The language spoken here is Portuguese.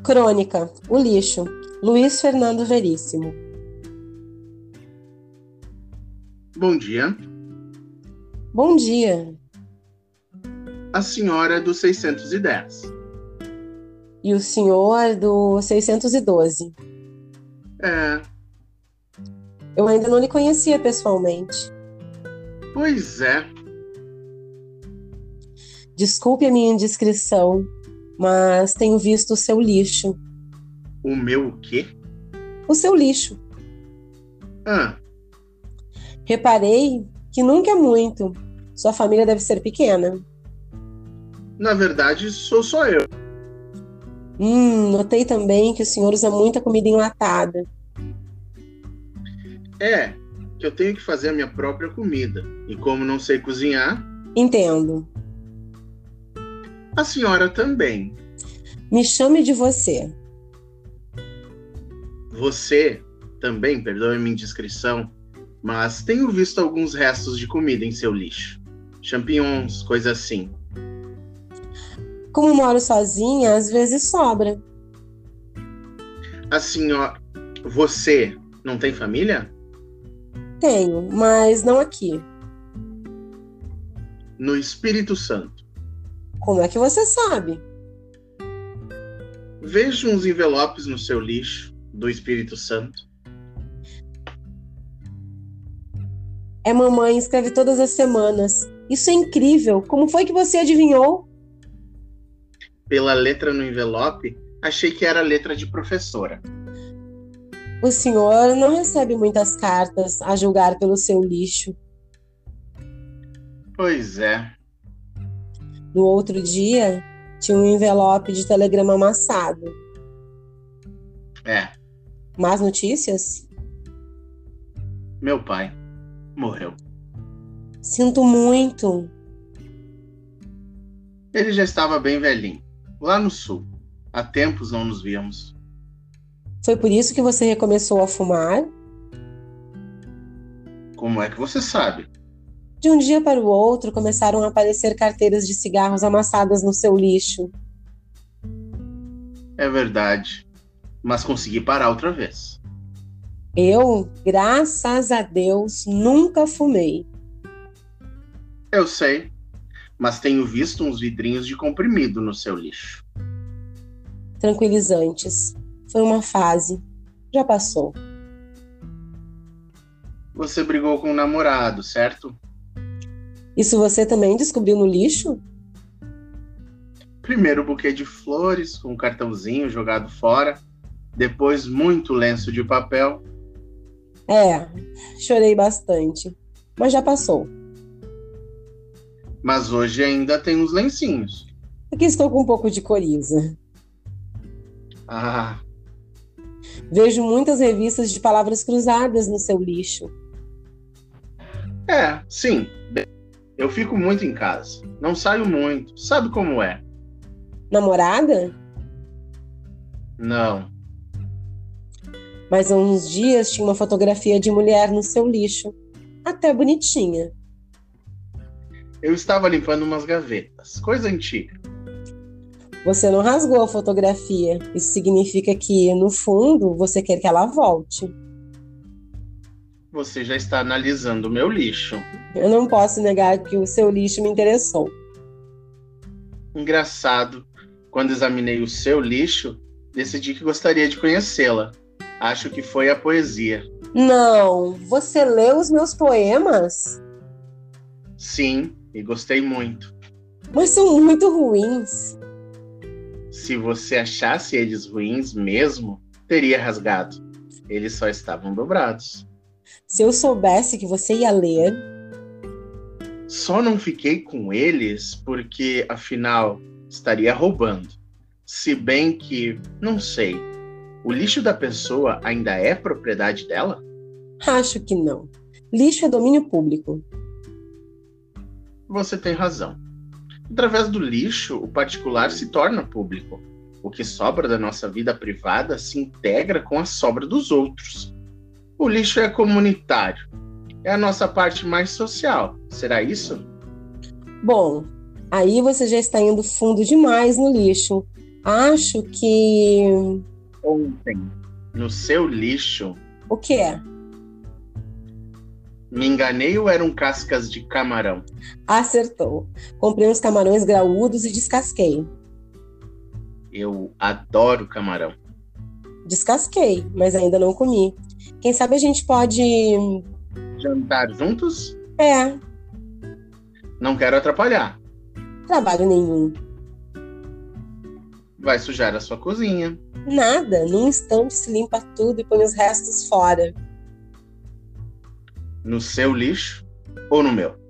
Crônica, o lixo, Luiz Fernando Veríssimo. Bom dia. Bom dia. A senhora é do 610. E o senhor do 612. É, Eu ainda não lhe conhecia pessoalmente. pois é. Desculpe a minha indiscrição, mas tenho visto o seu lixo. O meu o quê? O seu lixo. Ah, Reparei que nunca é muito. Sua família deve ser pequena. na verdade, sou só eu. Notei também que o senhor usa muita comida enlatada. É, que eu tenho que fazer a minha própria comida. E como não sei cozinhar, Entendo. a senhora também. Me chame de você. Você também, perdoe a minha indiscrição, mas tenho visto alguns restos de comida em seu lixo. Champignons, coisa assim. Como moro sozinha, às vezes sobra. A senhora... Você não tem família? Tenho, mas não aqui. No Espírito Santo. Como é que você sabe? Vejo uns envelopes no seu lixo do Espírito Santo. É, mamãe escreve todas as semanas. Isso é incrível. Como foi que você adivinhou? Pela letra no envelope, achei que era letra de professora. O senhor não recebe muitas cartas, a julgar pelo seu lixo. Pois é. No outro dia, tinha um envelope de telegrama amassado. É, Más notícias? meu pai morreu. Sinto muito. Ele já estava bem velhinho, lá no sul. Há tempos não nos víamos. Foi por isso que você recomeçou a fumar? Como é que você sabe? De um dia para o outro, começaram a aparecer carteiras de cigarros amassadas no seu lixo. É verdade, mas consegui parar outra vez. Eu, graças a Deus, nunca fumei. Eu sei, mas tenho visto uns vidrinhos de comprimido no seu lixo. Tranquilizantes. Foi uma fase. Já passou. Você brigou com o namorado, certo? Isso você também descobriu no lixo? Primeiro o buquê de flores com um cartãozinho jogado fora, depois muito lenço de papel. É, chorei bastante. Mas já passou. Mas hoje ainda tem uns lencinhos. Aqui estou com um pouco de coriza. Ah, Vejo muitas revistas de palavras cruzadas no seu lixo. sim. Eu fico muito em casa. Não saio muito. Sabe como é? Namorada? Não. Mas há uns dias tinha uma fotografia de mulher no seu lixo. Até bonitinha. Eu estava limpando umas gavetas. Coisa antiga. Você não rasgou a fotografia. Isso significa que, no fundo, você quer que ela volte. Você já está analisando o meu lixo. Eu não posso negar que o seu lixo me interessou. Engraçado. Quando examinei o seu lixo, decidi que gostaria de conhecê-la. Acho que foi a poesia. Não, você leu os meus poemas? Sim, e gostei muito. Mas são muito ruins. Se você achasse eles ruins mesmo, teria rasgado. Eles só estavam dobrados. Se eu soubesse que você ia ler, Só não fiquei com eles porque, afinal, estaria roubando. Se bem que, não sei, o lixo da pessoa ainda é propriedade dela? acho que não. Lixo é domínio público. Você tem razão. Através do lixo, o particular se torna público. O que sobra da nossa vida privada se integra com a sobra dos outros. O lixo é comunitário. É a nossa parte mais social. Será isso? Bom, aí você já está indo fundo demais no lixo. Acho que. Ontem, no seu lixo, O que é? me enganei ou eram cascas de camarão? Acertou. Comprei uns camarões graúdos e descasquei. Eu adoro camarão. Descasquei, mas ainda não comi. Quem sabe a gente pode. Jantar juntos? É, Não quero atrapalhar. trabalho nenhum. Vai sujar a sua cozinha. Nada, num instante se limpa tudo e põe os restos fora. No seu lixo ou no meu?